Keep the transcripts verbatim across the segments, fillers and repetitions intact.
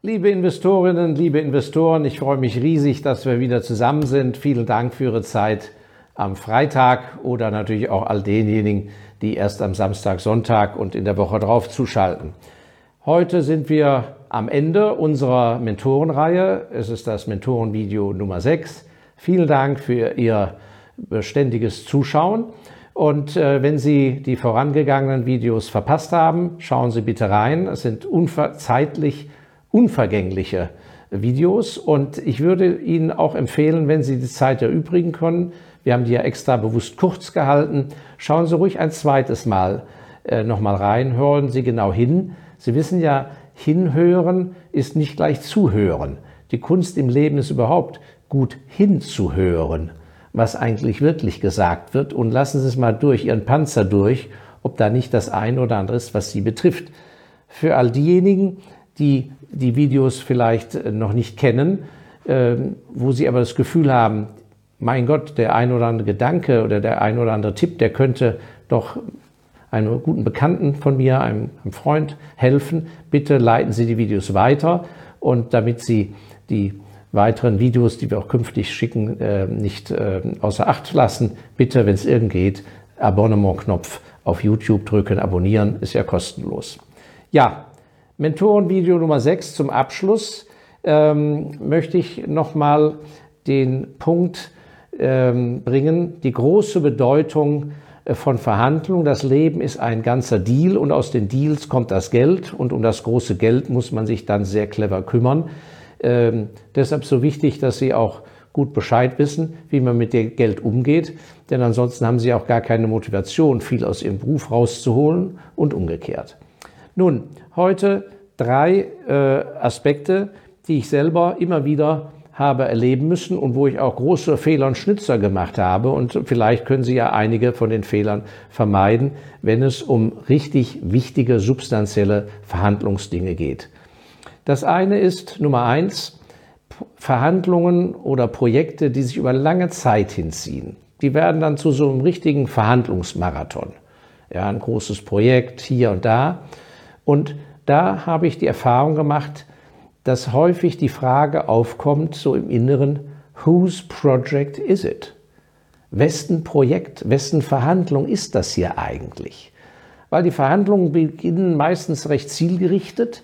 Liebe Investorinnen, liebe Investoren, ich freue mich riesig, dass wir wieder zusammen sind. Vielen Dank für Ihre Zeit am Freitag oder natürlich auch all denjenigen, die erst am Samstag, Sonntag und in der Woche drauf zuschalten. Heute sind wir am Ende unserer Mentorenreihe. Es ist das Mentorenvideo Nummer sechs. Vielen Dank für Ihr beständiges Zuschauen. Und äh, wenn Sie die vorangegangenen Videos verpasst haben, schauen Sie bitte rein. Es sind unver- zeitlich unvergängliche Videos und ich würde Ihnen auch empfehlen, wenn Sie die Zeit erübrigen können, wir haben die ja extra bewusst kurz gehalten, schauen Sie ruhig ein zweites Mal äh, nochmal rein, hören Sie genau hin. Sie wissen ja, hinhören ist nicht gleich zuhören. Die Kunst im Leben ist überhaupt gut hinzuhören, was eigentlich wirklich gesagt wird, und lassen Sie es mal durch Ihren Panzer durch, ob da nicht das eine oder andere ist, was Sie betrifft. Für all diejenigen, die die Videos vielleicht noch nicht kennen, äh, wo Sie aber das Gefühl haben, mein Gott, der ein oder andere Gedanke oder der ein oder andere Tipp, der könnte doch einem guten Bekannten von mir, einem, einem Freund helfen. Bitte leiten Sie die Videos weiter, und damit Sie die weiteren Videos, die wir auch künftig schicken, äh, nicht äh, außer Acht lassen, bitte, wenn es irgend geht, Abonnement-Knopf auf YouTube drücken, abonnieren, ist ja kostenlos. Ja, Mentorenvideo Nummer sechs zum Abschluss ähm, möchte ich nochmal den Punkt ähm, bringen, die große Bedeutung äh, von Verhandlungen. Das Leben ist ein ganzer Deal und aus den Deals kommt das Geld, und um das große Geld muss man sich dann sehr clever kümmern. Ähm, deshalb so wichtig, dass Sie auch gut Bescheid wissen, wie man mit dem Geld umgeht, denn ansonsten haben Sie auch gar keine Motivation, viel aus Ihrem Beruf rauszuholen und umgekehrt. Nun, heute drei äh, Aspekte, die ich selber immer wieder habe erleben müssen und wo ich auch große Fehler und Schnitzer gemacht habe. Und vielleicht können Sie ja einige von den Fehlern vermeiden, wenn es um richtig wichtige, substanzielle Verhandlungsdinge geht. Das eine ist, Nummer eins, Verhandlungen oder Projekte, die sich über lange Zeit hinziehen. Die werden dann zu so einem richtigen Verhandlungsmarathon. Ja, ein großes Projekt hier und da. Und da habe ich die Erfahrung gemacht, dass häufig die Frage aufkommt, so im Inneren, whose project is it? Wessen Projekt, wessen Verhandlung ist das hier eigentlich? Weil die Verhandlungen beginnen meistens recht zielgerichtet,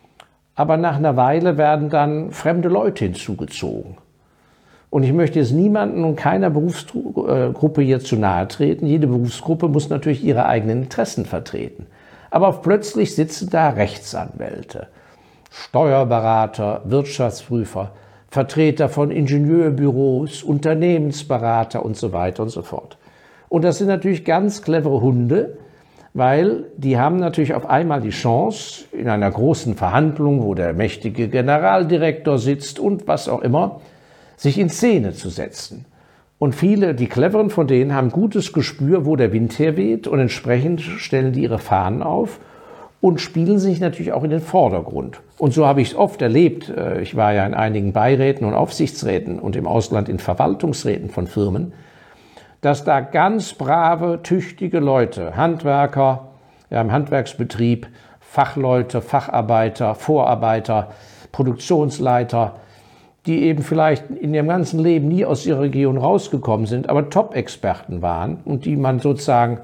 aber nach einer Weile werden dann fremde Leute hinzugezogen. Und ich möchte jetzt niemanden und keiner Berufsgruppe hier zu nahe treten. Jede Berufsgruppe muss natürlich ihre eigenen Interessen vertreten. Aber plötzlich sitzen da Rechtsanwälte, Steuerberater, Wirtschaftsprüfer, Vertreter von Ingenieurbüros, Unternehmensberater und so weiter und so fort. Und das sind natürlich ganz clevere Hunde, weil die haben natürlich auf einmal die Chance, in einer großen Verhandlung, wo der mächtige Generaldirektor sitzt und was auch immer, sich in Szene zu setzen. Und viele, die Cleveren von denen, haben gutes Gespür, wo der Wind herweht, und entsprechend stellen die ihre Fahnen auf und spielen sich natürlich auch in den Vordergrund. Und so habe ich es oft erlebt. Ich war ja in einigen Beiräten und Aufsichtsräten und im Ausland in Verwaltungsräten von Firmen, dass da ganz brave, tüchtige Leute, Handwerker, ja, im Handwerksbetrieb, Fachleute, Facharbeiter, Vorarbeiter, Produktionsleiter, die eben vielleicht in ihrem ganzen Leben nie aus ihrer Region rausgekommen sind, aber Top-Experten waren und die man sozusagen,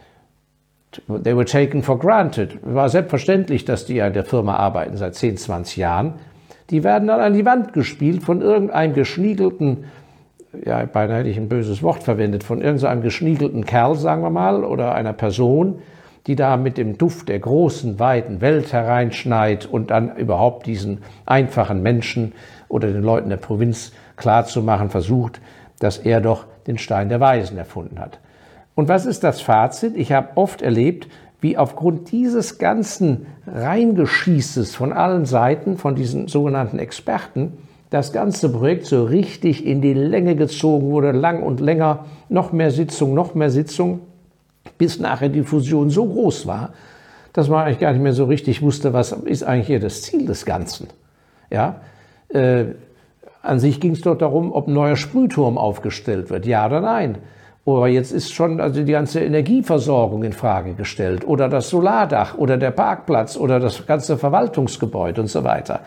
they were taken for granted. War selbstverständlich, dass die ja in der Firma arbeiten seit zehn, zwanzig Jahren. Die werden dann an die Wand gespielt von irgendeinem geschniegelten, ja, beinahe hätte ich ein böses Wort verwendet, von irgendeinem geschniegelten Kerl, sagen wir mal, oder einer Person, die da mit dem Duft der großen, weiten Welt hereinschneit und dann überhaupt diesen einfachen Menschen oder den Leuten der Provinz klarzumachen versucht, dass er doch den Stein der Weisen erfunden hat. Und was ist das Fazit? Ich habe oft erlebt, wie aufgrund dieses ganzen Reingeschießes von allen Seiten, von diesen sogenannten Experten, das ganze Projekt so richtig in die Länge gezogen wurde, lang und länger, noch mehr Sitzung, noch mehr Sitzung, bis nachher die Fusion so groß war, dass man eigentlich gar nicht mehr so richtig wusste, was ist eigentlich hier das Ziel des Ganzen. Ja, äh, an sich ging es dort darum, ob ein neuer Sprühturm aufgestellt wird, ja oder nein. Aber jetzt ist schon also die ganze Energieversorgung in Frage gestellt oder das Solardach oder der Parkplatz oder das ganze Verwaltungsgebäude und so weiter.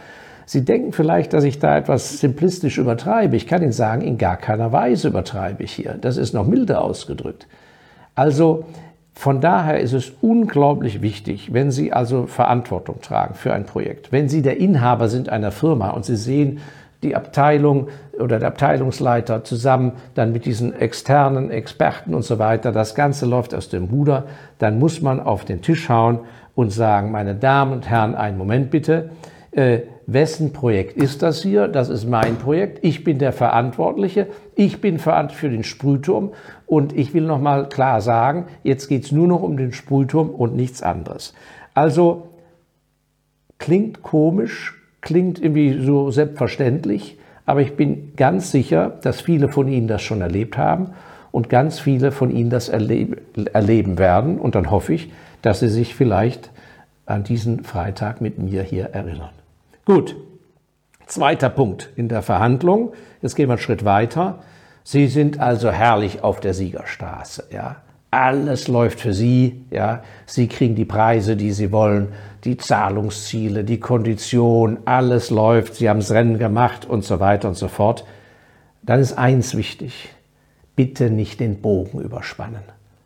Sie denken vielleicht, dass ich da etwas simplistisch übertreibe. Ich kann Ihnen sagen, in gar keiner Weise übertreibe ich hier. Das ist noch milder ausgedrückt. Also von daher ist es unglaublich wichtig, wenn Sie also Verantwortung tragen für ein Projekt. Wenn Sie der Inhaber sind einer Firma und Sie sehen die Abteilung oder der Abteilungsleiter zusammen dann mit diesen externen Experten und so weiter, das Ganze läuft aus dem Ruder, dann muss man auf den Tisch hauen und sagen, meine Damen und Herren, einen Moment bitte, äh, wessen Projekt ist das hier? Das ist mein Projekt. Ich bin der Verantwortliche. Ich bin verantwortlich für den Sprühturm. Und ich will noch mal klar sagen, jetzt geht es nur noch um den Sprühturm und nichts anderes. Also klingt komisch, klingt irgendwie so selbstverständlich, aber ich bin ganz sicher, dass viele von Ihnen das schon erlebt haben und ganz viele von Ihnen das erleben, erleben werden. Und dann hoffe ich, dass Sie sich vielleicht an diesen Freitag mit mir hier erinnern. Gut, zweiter Punkt in der Verhandlung. Jetzt gehen wir einen Schritt weiter. Sie sind also herrlich auf der Siegerstraße. Ja? Alles läuft für Sie. Ja? Sie kriegen die Preise, die Sie wollen, die Zahlungsziele, die Kondition, alles läuft. Sie haben das Rennen gemacht und so weiter und so fort. Dann ist eins wichtig. Bitte nicht den Bogen überspannen.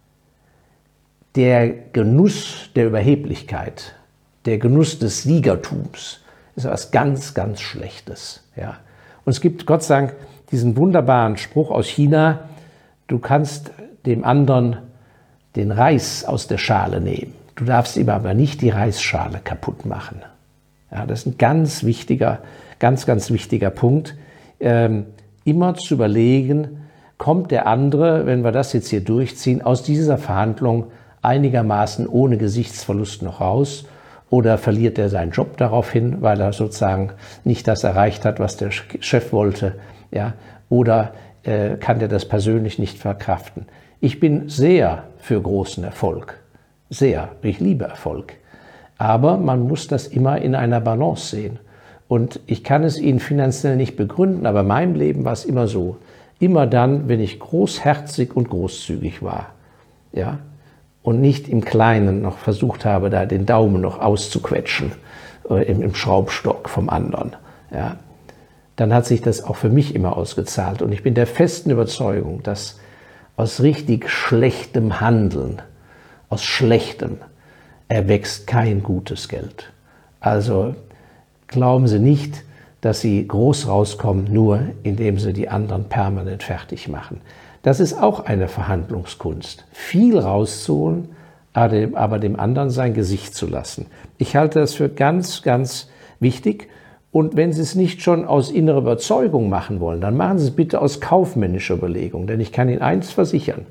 Der Genuss der Überheblichkeit, der Genuss des Siegertums, ist etwas ganz, ganz Schlechtes. Ja. Und es gibt Gott sei Dank diesen wunderbaren Spruch aus China, du kannst dem anderen den Reis aus der Schale nehmen. Du darfst ihm aber nicht die Reisschale kaputt machen. Ja, das ist ein ganz wichtiger, ganz, ganz wichtiger Punkt. Ähm, immer zu überlegen, kommt der andere, wenn wir das jetzt hier durchziehen, aus dieser Verhandlung einigermaßen ohne Gesichtsverlust noch raus? Oder verliert er seinen Job daraufhin, weil er sozusagen nicht das erreicht hat, was der Chef wollte? Ja? Oder äh, kann der das persönlich nicht verkraften? Ich bin sehr für großen Erfolg. Sehr. Ich liebe Erfolg. Aber man muss das immer in einer Balance sehen. Und ich kann es Ihnen finanziell nicht begründen, aber in meinem Leben war es immer so. Immer dann, wenn ich großherzig und großzügig war. Ja? Und nicht im Kleinen noch versucht habe, da den Daumen noch auszuquetschen äh, im, im Schraubstock vom anderen, ja, dann hat sich das auch für mich immer ausgezahlt. Und ich bin der festen Überzeugung, dass aus richtig schlechtem Handeln, aus schlechtem, erwächst kein gutes Geld. Also glauben Sie nicht, dass Sie groß rauskommen, nur indem Sie die anderen permanent fertig machen. Das ist auch eine Verhandlungskunst. Viel rauszuholen, aber dem anderen sein Gesicht zu lassen. Ich halte das für ganz, ganz wichtig. Und wenn Sie es nicht schon aus innerer Überzeugung machen wollen, dann machen Sie es bitte aus kaufmännischer Überlegung. Denn ich kann Ihnen eins versichern.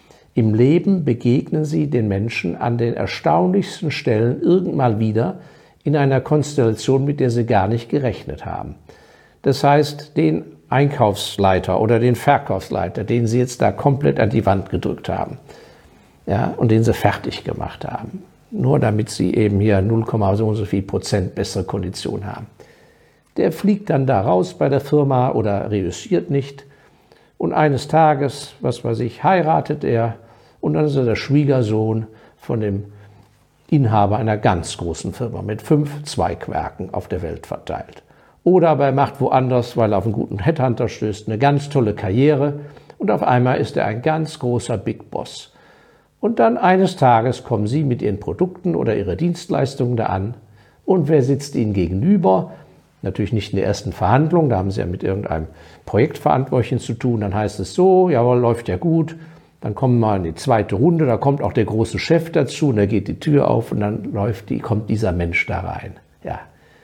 Im Leben begegnen Sie den Menschen an den erstaunlichsten Stellen irgendwann wieder in einer Konstellation, mit der Sie gar nicht gerechnet haben. Das heißt, den Einkaufsleiter oder den Verkaufsleiter, den Sie jetzt da komplett an die Wand gedrückt haben, ja, und den Sie fertig gemacht haben, nur damit Sie eben hier null, so und so viel Prozent bessere Kondition haben. Der fliegt dann da raus bei der Firma oder reüssiert nicht und eines Tages, was weiß ich, heiratet er und dann ist er der Schwiegersohn von dem Inhaber einer ganz großen Firma mit fünf Zweigwerken auf der Welt verteilt. Oder aber er macht woanders, weil er auf einen guten Headhunter stößt, eine ganz tolle Karriere und auf einmal ist er ein ganz großer Big Boss. Und dann eines Tages kommen Sie mit Ihren Produkten oder Ihrer Dienstleistungen da an und wer sitzt Ihnen gegenüber? Natürlich nicht in der ersten Verhandlung, da haben Sie ja mit irgendeinem Projektverantwortlichen zu tun, dann heißt es so, jawohl, läuft ja gut, dann kommen wir in die zweite Runde, da kommt auch der große Chef dazu und da geht die Tür auf und dann läuft die, kommt dieser Mensch da rein. Ja.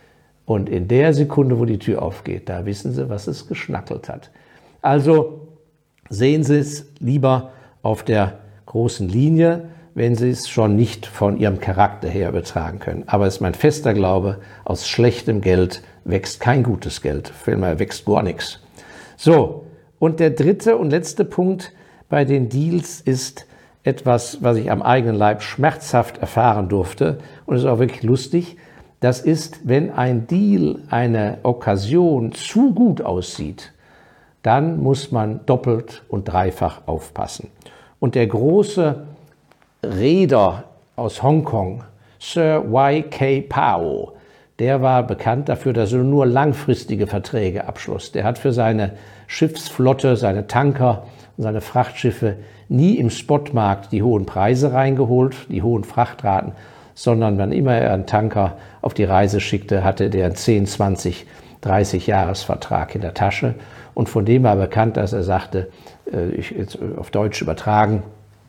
Und in der Sekunde, wo die Tür aufgeht, da wissen Sie, was es geschnackelt hat. Also sehen Sie es lieber auf der großen Linie, wenn Sie es schon nicht von Ihrem Charakter her übertragen können. Aber es ist mein fester Glaube, aus schlechtem Geld wächst kein gutes Geld. Vielmehr wächst gar nichts. So, und der dritte und letzte Punkt bei den Deals ist etwas, was ich am eigenen Leib schmerzhaft erfahren durfte. Und es ist auch wirklich lustig. Das ist, wenn ein Deal, eine Okkasion zu gut aussieht, dann muss man doppelt und dreifach aufpassen. Und der große Reeder aus Hongkong, Sir Y K Pao, der war bekannt dafür, dass er nur langfristige Verträge abschloss. Der hat für seine Schiffsflotte, seine Tanker und seine Frachtschiffe nie im Spotmarkt die hohen Preise reingeholt, die hohen Frachtraten, sondern wann immer er einen Tanker auf die Reise schickte, hatte der einen zehn, zwanzig, dreißig Jahresvertrag in der Tasche. Und von dem war bekannt, dass er sagte, ich jetzt auf Deutsch übertragen,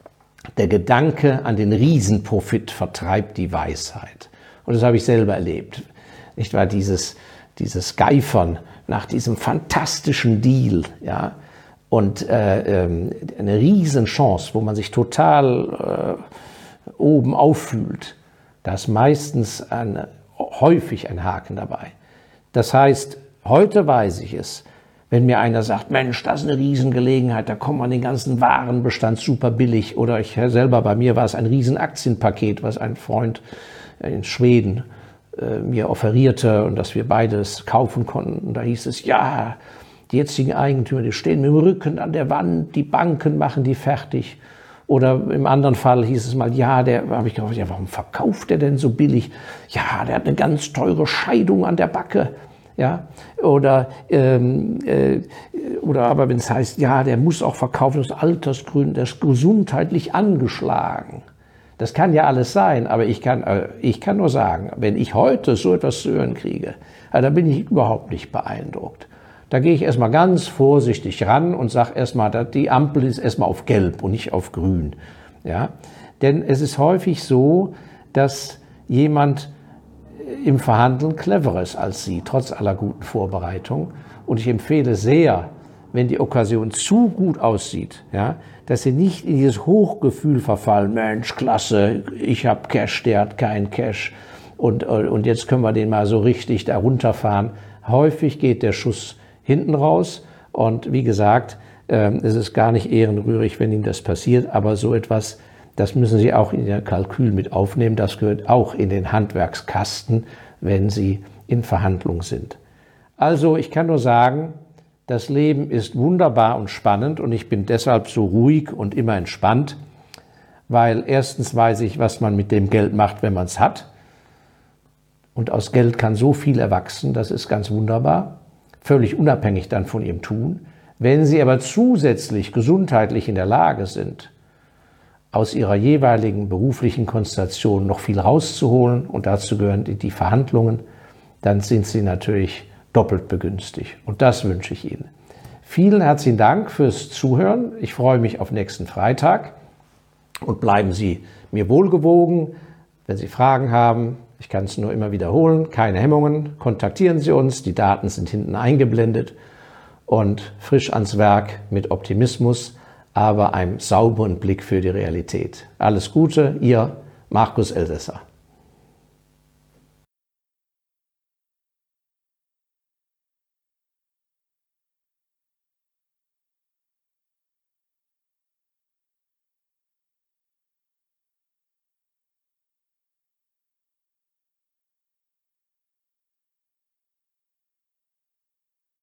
der Gedanke an den Riesenprofit vertreibt die Weisheit. Und das habe ich selber erlebt. Nicht wahr? Dieses, dieses Geifern nach diesem fantastischen Deal, ja, und äh, ähm, eine Riesenchance, wo man sich total äh, oben auffühlt, da ist meistens ein, häufig ein Haken dabei. Das heißt, heute weiß ich es, wenn mir einer sagt, Mensch, das ist eine Riesengelegenheit, da kommt man den ganzen Warenbestand super billig. Oder ich selber, bei mir war es ein Riesenaktienpaket, was ein Freund in Schweden äh, mir offerierte und dass wir beides kaufen konnten. Und da hieß es, ja, die jetzigen Eigentümer, die stehen mit dem Rücken an der Wand, die Banken machen die fertig. Oder im anderen Fall hieß es mal, ja, der, habe ich gedacht, ja, warum verkauft der denn so billig? Ja, der hat eine ganz teure Scheidung an der Backe. Ja, oder, ähm, äh, oder aber wenn es heißt, ja, der muss auch verkaufen aus Altersgründen, der ist gesundheitlich angeschlagen. Das kann ja alles sein, aber ich kann, äh, ich kann nur sagen, wenn ich heute so etwas zu hören kriege, äh, dann bin ich überhaupt nicht beeindruckt. Da gehe ich erstmal ganz vorsichtig ran und sage erstmal, die Ampel ist erstmal auf Gelb und nicht auf Grün. Ja? Denn es ist häufig so, dass jemand im Verhandeln cleverer ist als Sie, trotz aller guten Vorbereitung. Und ich empfehle sehr, wenn die Okkasion zu gut aussieht, ja, dass Sie nicht in dieses Hochgefühl verfallen, Mensch, klasse, ich habe Cash, der hat keinen Cash und, und jetzt können wir den mal so richtig da runterfahren. Häufig geht der Schuss hinten raus und wie gesagt, äh, es ist gar nicht ehrenrührig, wenn Ihnen das passiert, aber so etwas, das müssen Sie auch in Ihr Kalkül mit aufnehmen. Das gehört auch in den Handwerkskasten, wenn Sie in Verhandlung sind. Also ich kann nur sagen, das Leben ist wunderbar und spannend und ich bin deshalb so ruhig und immer entspannt, weil erstens weiß ich, was man mit dem Geld macht, wenn man es hat. Und aus Geld kann so viel erwachsen, das ist ganz wunderbar, völlig unabhängig dann von Ihrem Tun. Wenn Sie aber zusätzlich gesundheitlich in der Lage sind, aus ihrer jeweiligen beruflichen Konstellation noch viel rauszuholen, und dazu gehören die Verhandlungen, dann sind Sie natürlich doppelt begünstigt. Und das wünsche ich Ihnen. Vielen herzlichen Dank fürs Zuhören. Ich freue mich auf nächsten Freitag und bleiben Sie mir wohlgewogen. Wenn Sie Fragen haben, ich kann es nur immer wiederholen, keine Hemmungen, kontaktieren Sie uns. Die Daten sind hinten eingeblendet und frisch ans Werk mit Optimismus, aber einem sauberen Blick für die Realität. Alles Gute, Ihr Markus Elsässer.